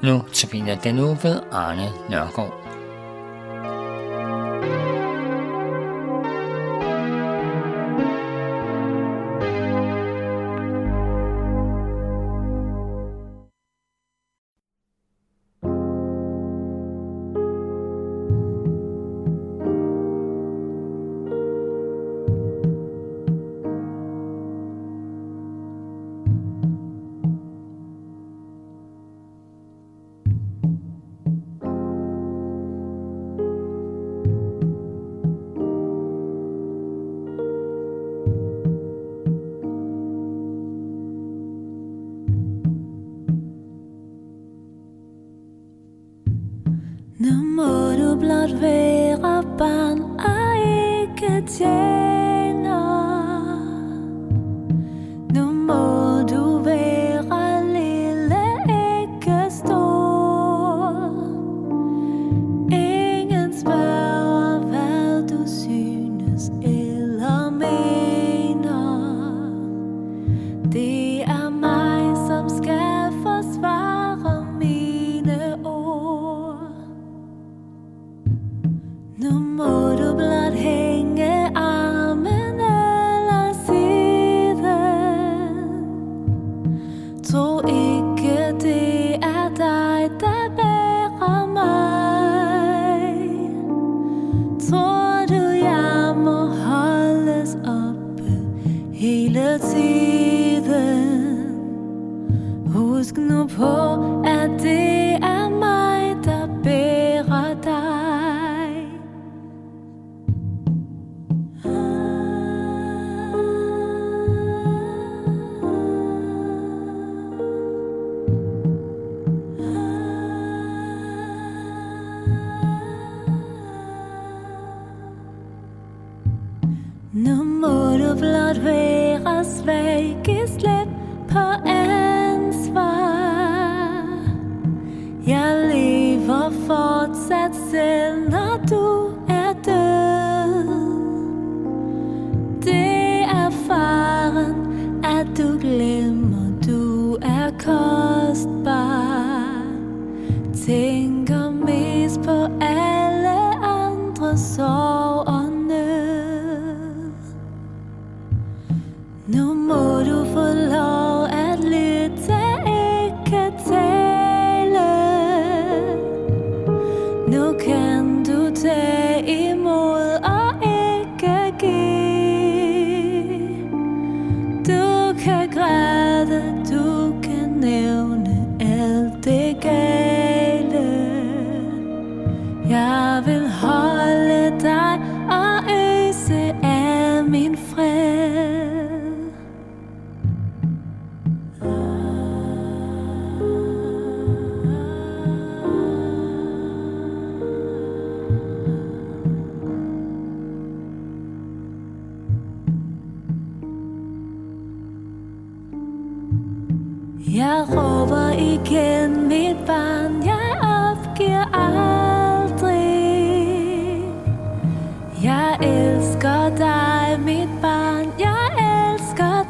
Nu tabiner den uge ved Arne Nørgaard. Nu må du blot være barn og ikke tjener. Nu må du være lille, ikke stor. Ingen spørger, hvad du synes eller mener. Det er mig, som skal forsvare mine ord. Nu må du blot hænge armen eller siden. Tro ikke, det er dig, der bærer mig. Tror du, jeg må holdes oppe hele tiden? Husk nu på, at det er mig, der bærer dig. Nu må du blot være svag, giv slip på ansvar. Jeg lever fortsat selv, når du er død. Det er faren, at du glemmer, du er kostbar. Tænker mest på alle andre sorg og nød. Nu må du få lov at lytte, ikke tale. Nu kan du tage imod og ikke give. Du kan græde, du kan nævne alt det gale. Jeg vil holde dig og øse af min fred. Jeg råber igen, mit barn, jeg opgiver aldrig. Jeg elsker dig, mit barn, jeg elsker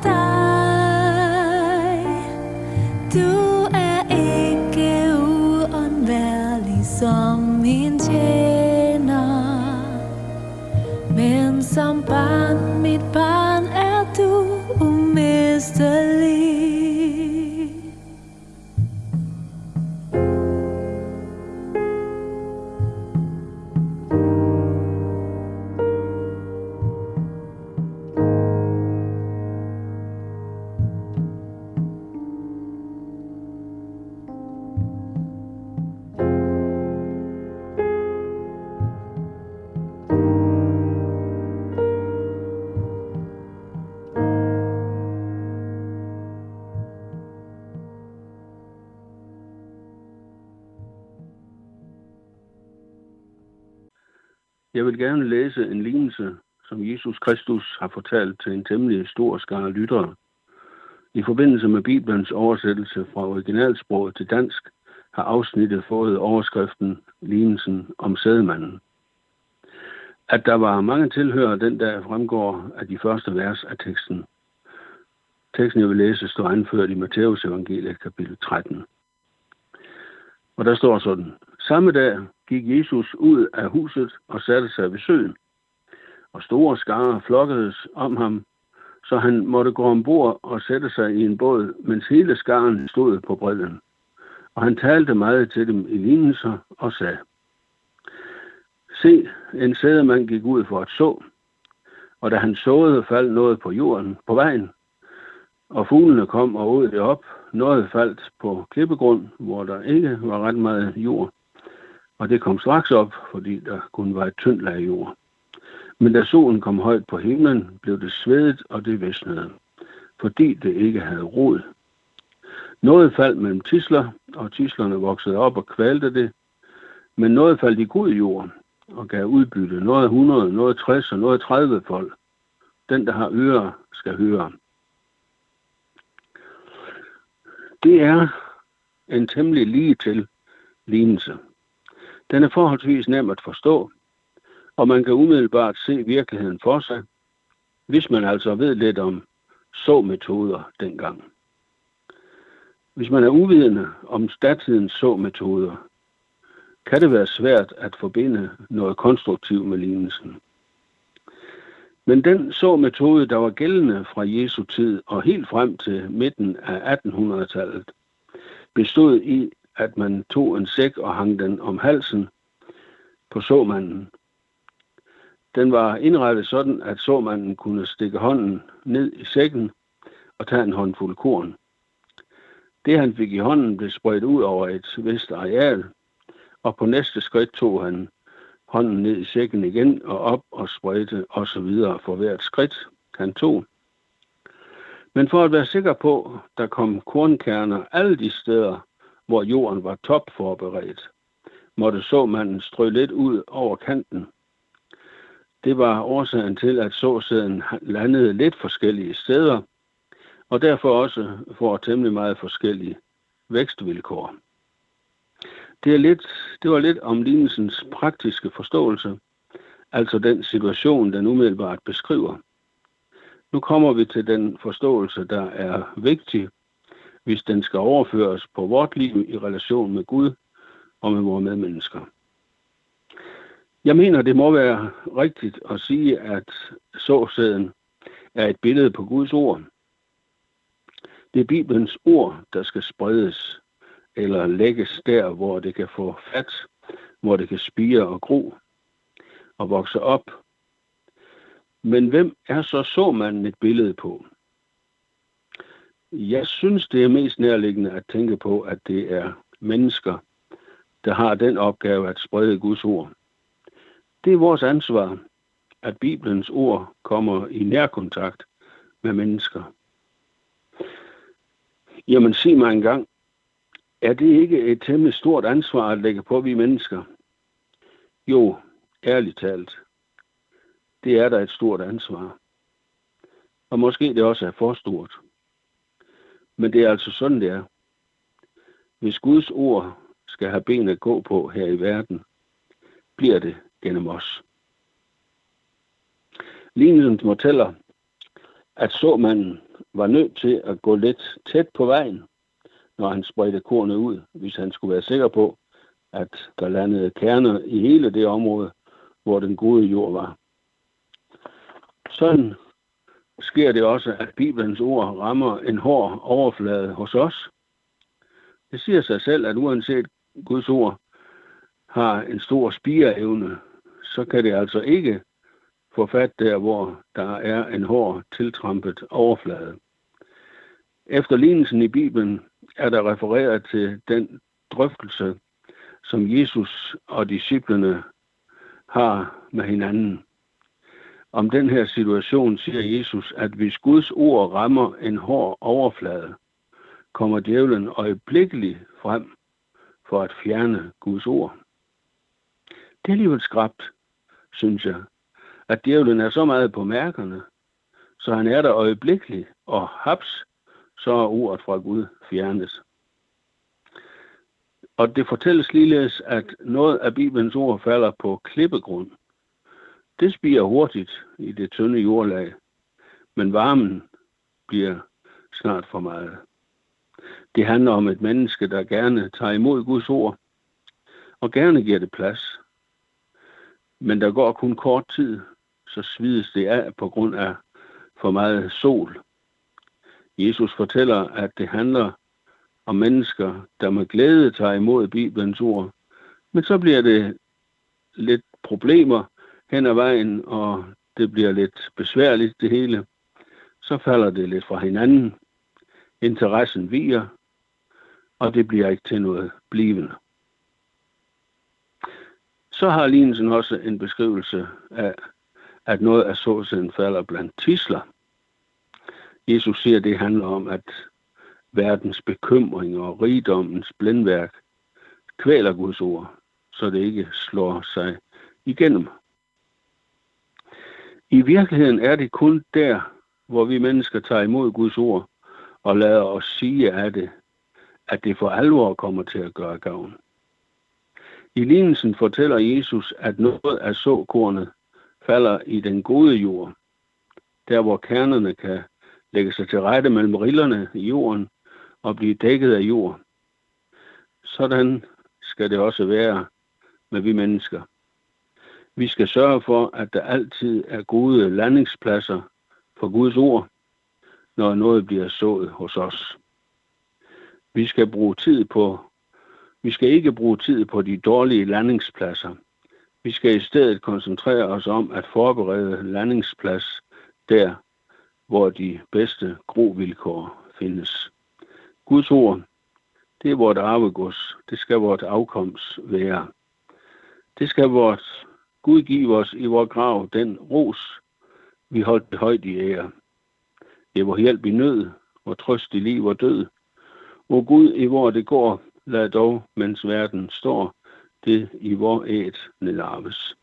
dig. Du er ikke uundværlig som min tjener. Men som barn, mit barn, er du umistelig. Jeg vil gerne læse en lignelse, som Jesus Kristus har fortalt til en temmelig stor skare lyttere. I forbindelse med Bibelens oversættelse fra originalsproget til dansk, har afsnittet fået overskriften Lignelsen om sædemanden. At der var mange tilhørere den dag fremgår af de første vers af teksten. Teksten, jeg vil læse, står anført i Matteus evangeliet kapitel 13. Og der står sådan: Samme dag gik Jesus ud af huset og satte sig ved søen, og store skarer flokkedes om ham, så han måtte gå ombord og sætte sig i en båd, mens hele skaren stod på bredden. Og han talte meget til dem i lignelser og sagde: Se, en sædemand gik ud for at så, og da han såede, faldt noget på jorden på vejen, og fuglene kom og åd det op. Noget faldt på klippegrund, hvor der ikke var ret meget jord, og det kom straks op, fordi der kun var et tyndt lag jord. Men da solen kom højt på himlen, blev det svedet, og det visnede, fordi det ikke havde rod. Noget faldt mellem tisler, og tislerne voksede op og kvalte det, men noget faldt i god jord og gav udbytte, noget 100, noget 60 og noget 30 fold. Den, der har ører, skal høre. Det er en temmelig ligetil lignelse. Den er forholdsvis nem at forstå, og man kan umiddelbart se virkeligheden for sig, hvis man altså ved lidt om såmetoder dengang. Hvis man er uvidende om datidens såmetoder, kan det være svært at forbinde noget konstruktivt med lignelsen. Men den såmetode, der var gældende fra Jesu tid og helt frem til midten af 1800-tallet, bestod i, at man tog en sæk og hang den om halsen på såmanden. Den var indrettet sådan, at såmanden kunne stikke hånden ned i sækken og tage en håndfuld korn. Det han fik i hånden blev spredt ud over et vist areal, og på næste skridt tog han hånden ned i sækken igen og op og spredte osv. for hvert skridt han tog. Men for at være sikker på, der kom kornkerner alle de steder, hvor jorden var topforberedt, måtte såmanden strø lidt ud over kanten. Det var årsagen til, at såsæden landede lidt forskellige steder, og derfor også får temmelig meget forskellige vækstvilkår. Det var lidt om lignelsens praktiske forståelse, altså den situation, den umiddelbart beskriver. Nu kommer vi til den forståelse, der er vigtig, hvis den skal overføres på vort liv i relation med Gud og med vores medmennesker. Jeg mener, det må være rigtigt at sige, at såsæden er et billede på Guds ord. Det er Bibelens ord, der skal spredes eller lægges der, hvor det kan få fat, hvor det kan spire og gro og vokse op. Men hvem er så såmanden et billede på? Jeg synes, det er mest nærliggende at tænke på, at det er mennesker, der har den opgave at sprede Guds ord. Det er vores ansvar, at Bibelens ord kommer i nærkontakt med mennesker. Jamen sig mig engang, er det ikke et temmelig stort ansvar at lægge på vi mennesker? Jo, ærligt talt. Det er der et stort ansvar. Og måske det også er for stort. Men det er altså sådan, det er. Hvis Guds ord skal have ben at gå på her i verden, bliver det gennem os. Lignelsen fortæller, at såmanden var nødt til at gå lidt tæt på vejen, når han spredte kornet ud, hvis han skulle være sikker på, at der landede kerner i hele det område, hvor den gode jord var. Sådan sker det også, at Bibelens ord rammer en hård overflade hos os. Det siger sig selv, at uanset Guds ord har en stor spireevne, så kan det altså ikke få fat der, hvor der er en hård tiltrampet overflade. Efter lignelsen i Bibelen er der refereret til den drøftelse, som Jesus og disciplene har med hinanden. Om den her situation siger Jesus, at hvis Guds ord rammer en hård overflade, kommer djævlen øjeblikkeligt frem for at fjerne Guds ord. Det er alligevel skræbt, synes jeg, at djævlen er så meget på mærkerne, så han er der øjeblikkeligt, og haps, så er ordet fra Gud fjernet. Og det fortælles ligeledes, at noget af Bibelens ord falder på klippegrund. Det spirer hurtigt i det tynde jordlag, men varmen bliver snart for meget. Det handler om et menneske, der gerne tager imod Guds ord, og gerne giver det plads. Men der går kun kort tid, så svides det af på grund af for meget sol. Jesus fortæller, at det handler om mennesker, der med glæde tager imod Bibelens ord. Men så bliver det lidt problemer hen ad vejen, og det bliver lidt besværligt det hele. Så falder det lidt fra hinanden. Interessen viger, og det bliver ikke til noget blivende. Så har lignelsen også en beskrivelse af, at noget af såsæden falder blandt tidsler. Jesus siger, at det handler om, at verdens bekymring og rigdommens blændværk kvæler Guds ord, så det ikke slår sig igennem. I virkeligheden er det kun der, hvor vi mennesker tager imod Guds ord og lader os sige af det, at det for alvor kommer til at gøre gavn. I lignelsen fortæller Jesus, at noget af såkornet falder i den gode jord, der hvor kernerne kan lægge sig til rette mellem rillerne i jorden og blive dækket af jord. Sådan skal det også være med vi mennesker. Vi skal sørge for, at der altid er gode landingspladser for Guds ord, når noget bliver sået hos os. Vi skal ikke bruge tid på de dårlige landingspladser. Vi skal i stedet koncentrere os om at forberede landingsplads der, hvor de bedste grovilkår findes. Guds ord, det er vort arvegods. Det skal vort afkomst være. Det skal Gud give os i vor grav den ros, vi holdt højt i ære. Det er vor hjælp i nød, vor trøst i liv og død. O Gud, i hvor det går, lad dog, mens verden står, det i vor æt nedarves.